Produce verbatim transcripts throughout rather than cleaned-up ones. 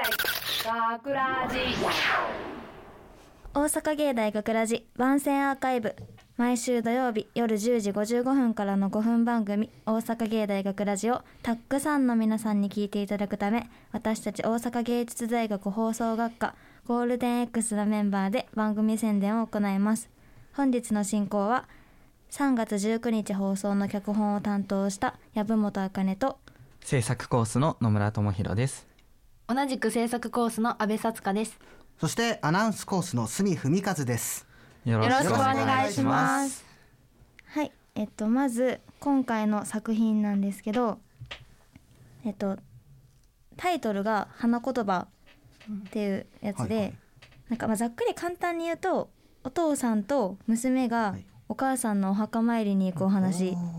学ラジ大阪芸大学ラジ番宣アーカイブ、毎週土曜日夜じゅうじごじゅうごふんからのごふん番組大阪芸大学ラジをたくさんの皆さんに聞いていただくため、私たち大阪芸術大学放送学科ゴールデン X のメンバーで番組宣伝を行います。本日の進行はさんがつじゅうくにち放送の脚本を担当した籔本茜と制作コースの野村智弘です。 同じく制作コースの阿部さつかです。 そしてアナウンスコースの角文和です。 よろしくお願いします。 はい、えっとまず今回の作品なんですけど、えっとタイトルが花言葉っていうやつで、うんはいはい、なんかまあざっくり簡単に言うと、お父さんと娘がお母さんのお墓参りに行くお話、はい、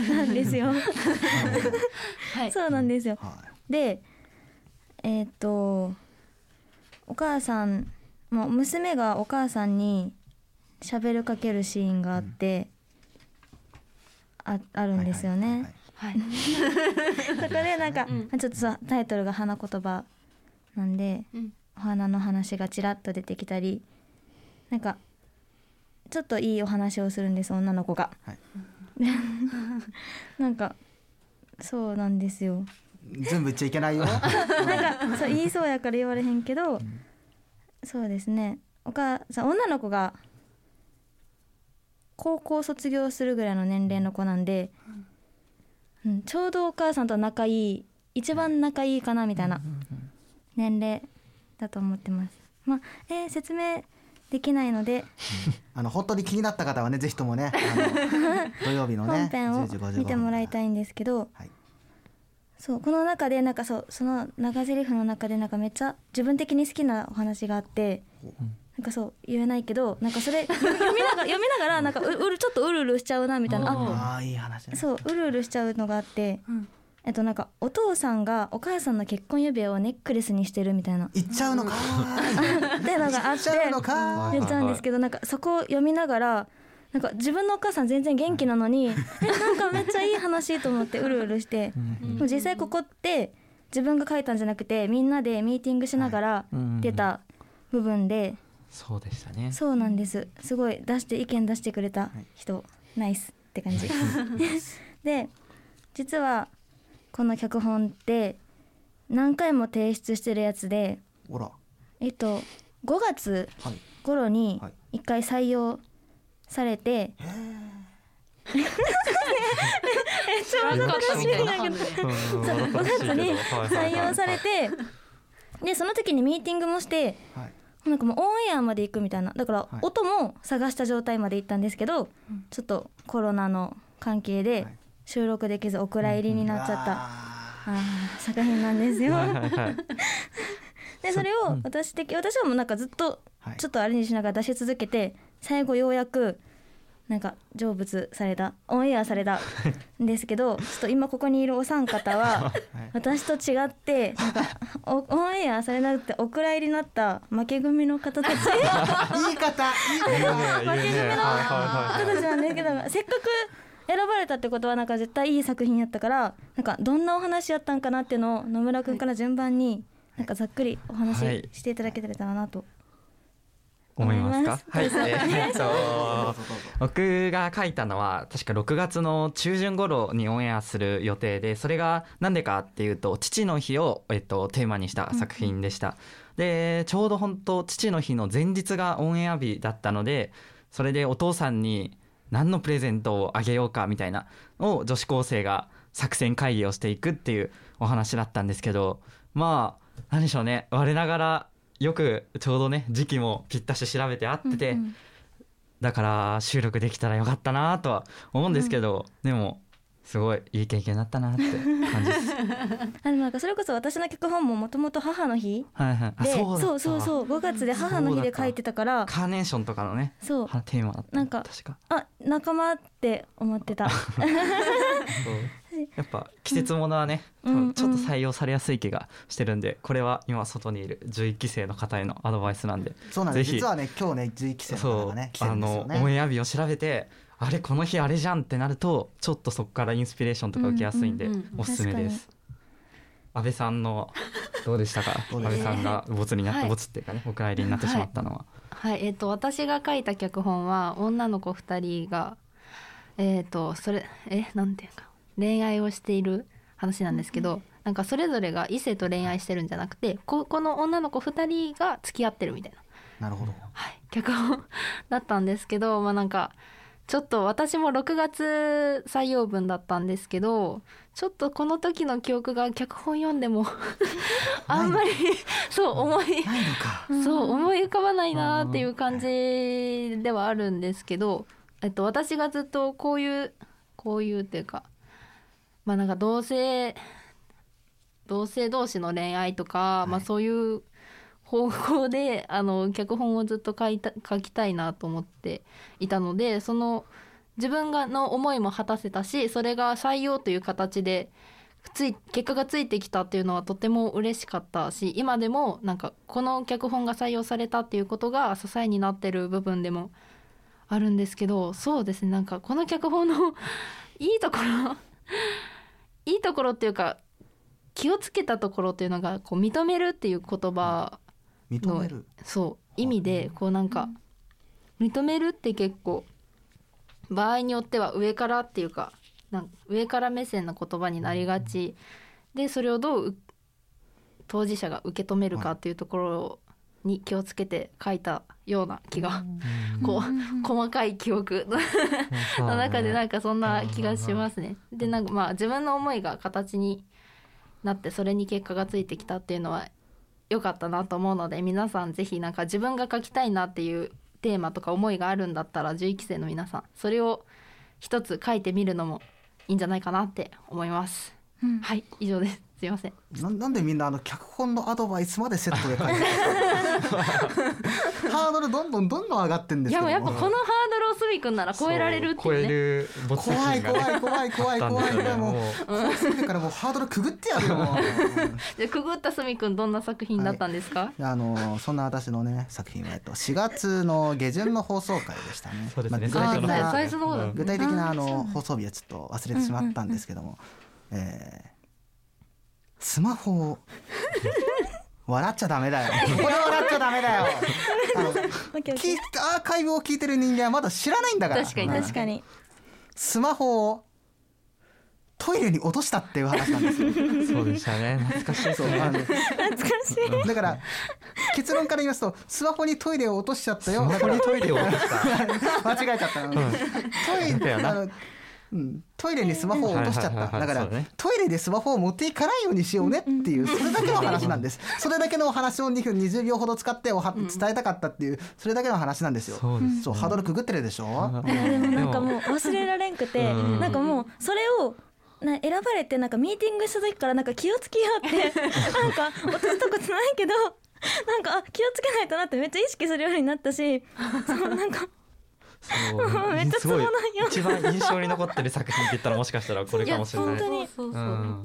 なんですよ、はい、そうなんですよ、はい、でえー、っとお母さんもう娘がお母さんに喋るかけるシーンがあって、うん、あ, あるんですよね。そこでなんか、うん、ちょっとさタイトルが花言葉なんで、うん、お花の話がちらっと出てきたり、なんかちょっといいお話をするんです、女の子が、はい、なんかそうなんですよ。 全部言っちゃいけないよなんかそう言いそうやから言われへんけど、うん、そうですね、お母さん女の子が高校卒業するぐらいの年齢の子なんで、うん、ちょうどお母さんと仲いい一番仲いいかなみたいな年齢だと思ってます。まあ、えー、説明できないのであの本当に気になった方はね、ぜひともねあの土曜日のね本編を見てもらいたいんですけど、はい、そうこの中でなんかそうその長台詞の中でなんかめっちゃ自分的に好きなお話があって、なんかそう言えないけど、なんかそれ読みながら読みながらなんかううるちょっとうるうるしちゃうなみたいな、 ああいい話ね、 そううるうるしちゃうのがあって、うん、えっとなんかお父さんがお母さんの結婚指輪をネックレスにしてるみたいな言っちゃうのかーってのがあって言っちゃうんですけど、なんかそこを読みながらなんか自分のお母さん全然元気なのにえなんかめっちゃいい話と思ってうるうるしてもう実際ここって自分が書いたんじゃなくてみんなでミーティングしながら出た部分で、 そうでしたね。 そうなんです、すごい出して意見出してくれた人、はい、ナイスって感じで実はこの脚本って何回も提出してるやつで、 ほらえっとごがつ頃にいっかい採用されて、はいはい、めっちゃ難しいんだけどごがつに採用されてでその時にミーティングもして、はい、なんかもうオンエアまで行くみたいな、だから音も探した状態まで行ったんですけど、はい、ちょっとコロナの関係で収録できずお蔵入りになっちゃった、うん、あ作品なんですよでそれを私的私はもうなんかずっとちょっとあれにしながら出し続けて、最後ようやくなんか成仏されたオンエアされたんですけどちょっと今ここにいるお三方は私と違ってなんかオンエアされなくてお蔵入りになった負け組の方たち言い方言い方負け組の方たちなんですけど、せっかく選ばれたってことはなんか絶対いい作品やったから、なんかどんなお話やったんかなっていうのを野村くんから順番になんかざっくりお話ししていただけたらなと思いますか。はい、えー、と僕が書いたのは確かろくがつの中旬頃にオンエアする予定で、それがなんでかっていうと父の日を、えっと、テーマにした作品でした、うん、でちょうど本当父の日の前日がオンエア日だったので、それでお父さんに何のプレゼントをあげようかみたいなのを女子高生が作戦会議をしていくっていうお話だったんですけど、まあ何でしょうね、我ながらよくちょうどね時期もぴったし調べて合ってて、うんうん、だから収録できたらよかったなとは思うんですけど、うん、でもすごいいい経験だったなって感じですあのなんかそれこそ私の脚本ももともと母の日で、 はいはい、あそうそうそうそうごがつで母の日で書いてたから、 カーネーションとかのねそうテーマだったなんか確かあ仲間って思ってたやっぱ季節ものはね、うん、ちょっと採用されやすい気がしてるんで、これは今外にいるじゅういっきせいの方へのアドバイスなんで、 そうなんです、実はね今日ねじゅういっきせいの方がね来てるんですよね。 あのオンエア日を調べてあれこの日あれじゃんってなるとちょっとそこからインスピレーションとか受けやすいんで、おすすめです。安倍さんのどうでしたか、安倍さんがボツになって、はい、ボツっていうかねお帰りになってしまったのは。 はい、はい、えー、と私が書いた脚本は女の子ふたりがえー、とそれえなんていうか恋愛をしている話なんですけど、なんかそれぞれが異性と恋愛してるんじゃなくて、こ, この女の子ふたりが付き合ってるみたいな、 なるほど、 はい、脚本だったんですけど、まあなんかちょっと私もろくがつ採用分だったんですけど、ちょっとこの時の記憶が脚本読んでもあんまりそう思いないのかそう思い浮かばないなっていう感じではあるんですけど、えっと、私がずっとこういうこういうっていうか、まあなんか同性同性同士の恋愛とか、はい、まあそういう方向であの脚本をずっと書いた書きたいなと思っていたので、その自分がの思いも果たせたし、それが採用という形でつい結果がついてきたっていうのはとても嬉しかったし、今でもなんかこの脚本が採用されたっていうことが支えになってる部分でもあるんですけど、そうですね、なんかこの脚本のいいところいいところっていうか気をつけたところっていうのがこう認めるっていう言葉のそう意味で、こうなんか認めるって結構場合によっては上からっていうか、なんか上から目線の言葉になりがちで、それをどう当事者が受け止めるかっていうところに気をつけて書いたような気が、こう細かい記憶の中でなんかそんな気がしますね。でなんかまあ自分の思いが形になってそれに結果がついてきたっていうのは良かったなと思うので、皆さんぜひなんか自分が書きたいなっていうテーマとか思いがあるんだったら、じゅういっきせいの皆さんそれを一つ書いてみるのもいいんじゃないかなって思います、うん、はい、以上です。すいません。 な, なんでみんなあの脚本のアドバイスまでセットで書いてるハードルどんどんどんどん上がってんですけども、 いやもうやっぱこのハードルをすみくんなら超えられるっていうね、 超えるボツ怖い怖い怖い怖い怖い怖い、もう怖すぎるからもうハードルくぐってやるよじゃくぐったすみくんどんな作品だったんですか？はい、 あのそんな私のね作品は、えっと、しがつの下旬の放送回でしたね。 そうですね、 まあ、具体的な最初の方だ、 具体的なあの放送日はちょっと忘れてしまったんですけども、えースマホを笑っちゃダメだよこれ笑っちゃダメだよあの聞いアーカイブを聞いてる人間はまだ知らないんだから。 確かに確かに。 スマホをトイレに落としたっていう話なんですよそうでしたね、懐かしいですね。 懐かしい。 だから結論から言いますと、スマホにトイレを落としちゃったよ。 スマホにトイレを落とした間違えちゃった、うん、トイレあのうん、トイレにスマホを落としちゃった。だから、ね、トイレでスマホを持っていかないようにしようねっていう、それだけの話なんです。それだけのお話をにふんにじゅうびょうほど使っておは伝えたかったっていう、それだけの話なんですよ。そうですね、そうハードルくぐってるでしょ。 いやでもなんかもう忘れられんくて、なんかもうそれをな選ばれてなんかミーティングした時からなんか気をつけようってなんか落としたことないけどなんかあ気をつけないとなってめっちゃ意識するようになったし、そうなんかそうめっちゃすごい一番印象に残ってる作品って言ったらもしかしたらこれかもしれない。いや本当にそうそう、うん、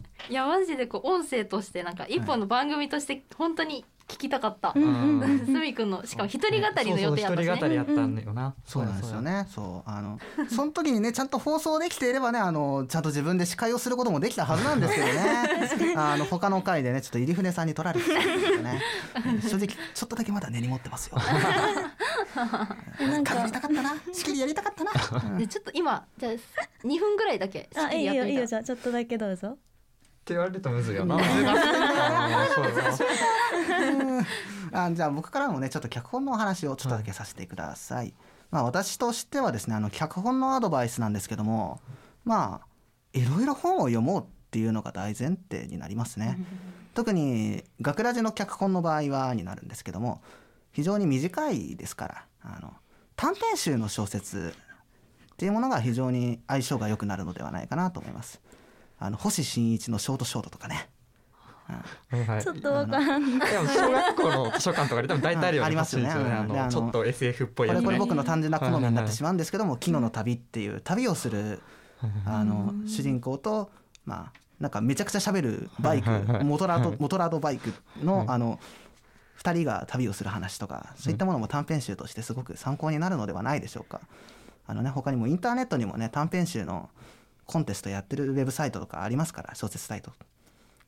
いやマジでこう音声としてなんか一本の番組として本当に聞きたかった、 うん、 すみくんのしかも一人語りの予定やったしね。 そうそう一人語りやったんだよな、うん、 そうなんですよね。そうあのその時にねちゃんと放送できていればね、あのちゃんと自分で司会をすることもできたはずなんですけどねあの他の回でねちょっと入船さんに取られてたんですよね正直ちょっとだけまだ根に持ってますよかぶりたかったな、仕切りやりたかったな、うん、 でちょっと今じゃあにふんぐらいだけ仕切りやってみた。 あいいよいいよ、じゃあちょっとだけどうぞって言われるとむずいよなあじゃあ僕からもねちょっと脚本のお話をちょっとだけさせてください、はい。まあ、私としてはですね、あの脚本のアドバイスなんですけども、まあいろいろ本を読もうっていうのが大前提になりますね特に学ラジの脚本の場合はになるんですけども、非常に短いですから、あの短編集の小説っていうものが非常に相性が良くなるのではないかなと思います。あの星新一のショートショートとかね、 うんはいはい、ちょっとわからん。 でも小学校の図書館とかで多分大体あるような感じですよね。あのちょっと エスエフ っぽいやつね。 これこれ僕の単純な好みになってしまうんですけども、キノの旅っていう旅をするあの主人公と、まあなんかめちゃくちゃ喋るバイク、モトラードモトラードバイクのあのふたりが旅をする話とか、そういったものも短編集としてすごく参考になるのではないでしょうか。あのね、他にもインターネットにもね短編集のコンテストやってるウェブサイトとかありますから、小説サイト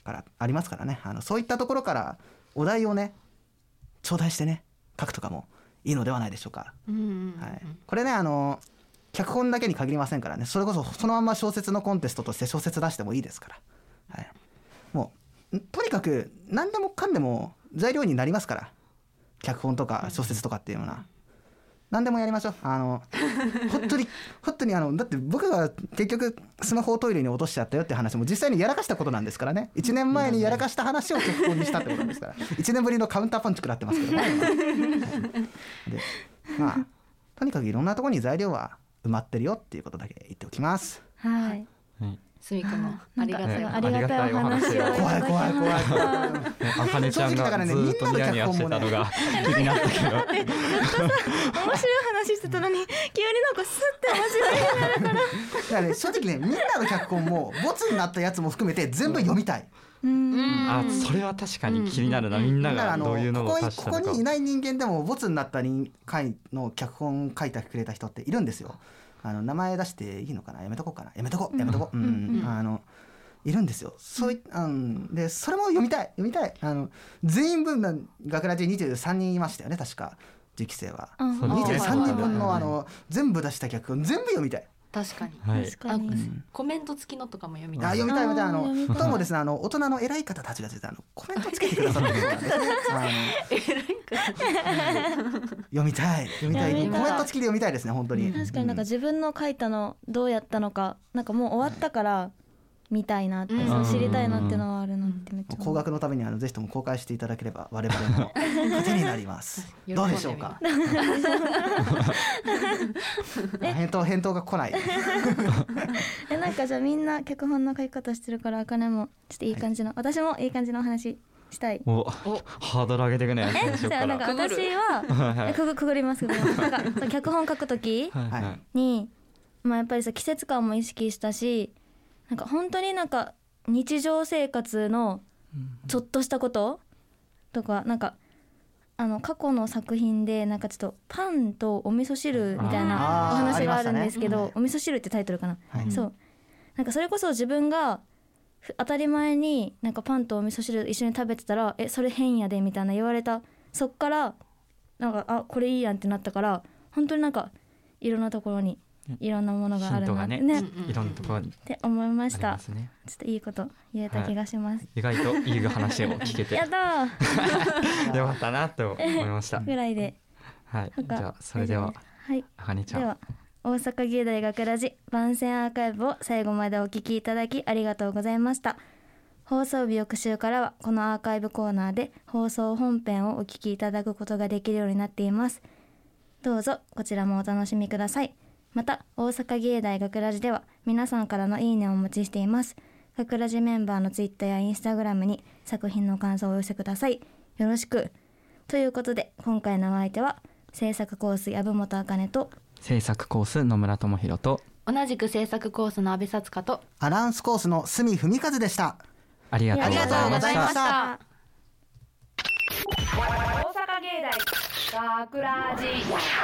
からありますからね、あのそういったところからお題をね頂戴してね書くとかもいいのではないでしょうか、うんうんうん、はい、これねあの脚本だけに限りませんからね、それこそそのまま小説のコンテストとして小説出してもいいですから、はい、もうとにかく何でもかんでも材料になりますから、脚本とか小説とかっていうのは何でもやりましょう。あの本当に本当にあのだって僕が結局スマホをトイレに落としちゃったよって話も実際にやらかしたことなんですからね。いちねんまえにやらかした話を脚本にしたってことですからいちねんぶりのカウンターパンチ食らってますけどねで、まあとにかくいろんなところに材料は埋まってるよっていうことだけ言っておきます。 はい、 はいすみくのありがたいありがたいお話を怖い怖い怖い怖いあかねちゃんがずっとニヤニヤしてたのが気になったけど面白い話してたのに急になんかスッて面白いになるからだからね正直ねみんなの脚本もボツになったやつも含めて全部読みたい。 うんあそれは確かに気になるな、うん、みんながどういうのを足したのか。 ここにいない人間でもボツになった回の脚本書いてくれた人っているんですよ。あの名前出していいのかな、やめとこうかな、やめとこうやめとこう、うんうんうん、あのいるんですよ。そうい、うん、でそれも読みたい読みたい。あの全員分の学ラジにじゅうさんにんいましたよね確か次期生は、うん、にじゅうさんにんぶんのあの全部出した脚本全部読みたい。 確かに、 はい、 確かに、 うん、コメント付きのとかも読みたい。 あ読みたい読みたい。あのどうもですねあの大人の偉い方たちがあのコメントつけてくださるんですからねあの読みたい読みたいコメント付きで読みたいですね本当に。 確かになんか自分の書いたのどうやったのかなんかもう終わったから見たいなって、うん、知りたいなっていうのはあるなってめっちゃ高額のためにあのぜひとも公開していただければ我々の糧になりますどうでしょうか返答返答が来ないえなんかじゃあみんな脚本の書き方してるからあかねもちょっといい感じの、はい、私もいい感じの話したい。 おハードル上げていくね。 えじゃあなんか私はくぐくぐりますけどなんか脚本書くときにまあやっぱりさ季節感も意識したしなんか本当になんか日常生活のちょっとしたこととかなんかあの過去の作品でなんかちょっとパンとお味噌汁みたいなお話があるんですけど、ね、お味噌汁ってタイトルかな、はい、そうなんかそれこそ自分が当たり前になんかパンとお味噌汁一緒に食べてたらえそれ変やでみたいな言われたそっからなんかあこれいいやんってなったから本当になんかいろんなところにいろんなものがあるなってね、 いろんなところにって思いました。ね、ちょっといいこと言えた気がします。はい、 意外といい話を聞けてやだよかったなと思いました。 ぐらいで、 はい。じゃあそれでは、 はい、 あかねちゃん。 では大阪芸大学ラジ番宣アーカイブを最後までお聞きいただきありがとうございました。放送日翌週からはこのアーカイブコーナーで放送本編をお聞きいただくことができるようになっています。どうぞこちらもお楽しみください。また大阪芸大学ラジでは皆さんからのいいねをお待ちしています。学ラジメンバーのツイッターやインスタグラムに作品の感想をお寄せください。よろしく。ということで今回のお相手は制作コース籔本茜と制作コース野村智弘と同じく制作コースの阿部さつかとアナウンスコースの角文和でした。 ありがとうございました。 大阪芸大学ラジ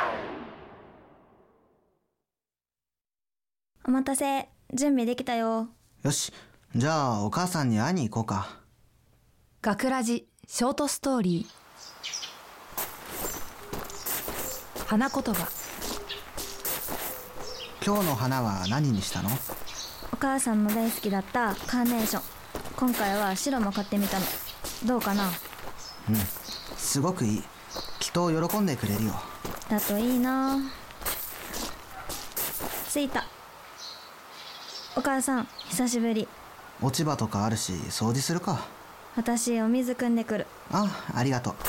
お待たせ準備できたよ。 よしじゃあお母さんに会いに行こうか。 学ラジショートストーリー花言葉。 今日の花は何にしたの？ お母さんの大好きだったカーネーション。今回は白も買ってみたの。どうかな？ うんすごくいい。きっと喜んでくれるよ。 だといいな。着いた。お母さん久しぶり。 落ち葉とかあるし掃除するか。 私お水汲んでくる。 あありがとう。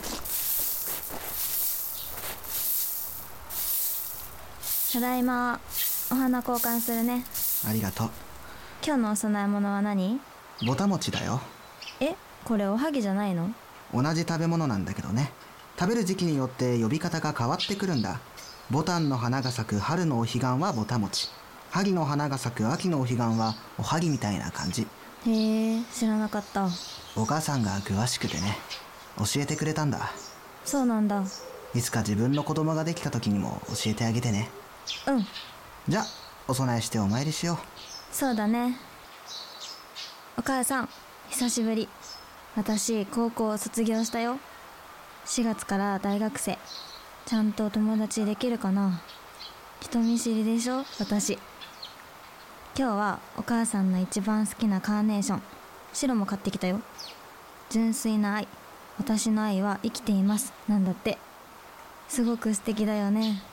ただいま。お花交換するね。 ありがとう。 今日のお供え物は何？ ぼたもちだよ。 えこれおはぎじゃないの？ 同じ食べ物なんだけどね。食べる時期によって呼び方が変わってくるんだ。ボタンの花が咲く春のお彼岸はぼたもち、萩の花が咲く秋のお彼岸はおはぎみたいな感じ。 へえ知らなかった。 お母さんが詳しくてね教えてくれたんだ。 そうなんだ。 いつか自分の子供ができた時にも教えてあげてね。 うんじゃあお供えしてお参りしよう。 そうだね。お母さん久しぶり。私高校卒業したよ。しがつから大学生。ちゃんと友達できるかな。人見知りでしょ私。今日はお母さんの一番好きなカーネーション白も買ってきたよ。純粋な愛、私の愛は生きていますなんだって。すごく素敵だよね。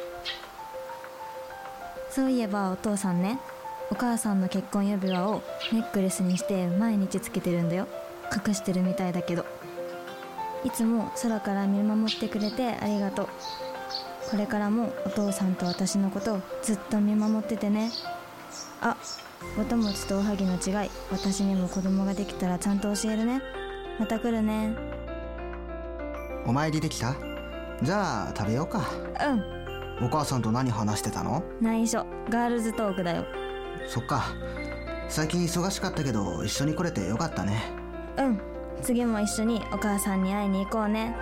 そういえばお父さんね、お母さんの結婚指輪をネックレスにして毎日つけてるんだよ。隠してるみたいだけど。いつも空から見守ってくれてありがとう。これからもお父さんと私のことをずっと見守っててね。あ、おともちとおはぎの違い、私にも子供ができたらちゃんと教えるね。また来るね。 お参りできた？じゃあ食べようか。 うん。 お母さんと何話してたの？ 内緒、ガールズトークだよ。 そっか。最近忙しかったけど一緒に来れてよかったね。 うん、次も一緒にお母さんに会いに行こうね。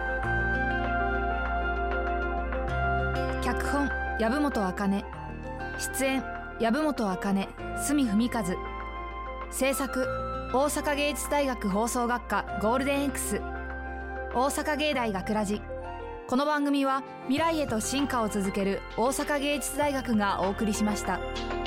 脚本籔本茜、出演籔本茜、角文和、制作大阪芸術大学放送学科ゴールデン X、 大阪芸大学ラジ。この番組は未来へと進化を続ける大阪芸術大学がお送りしました。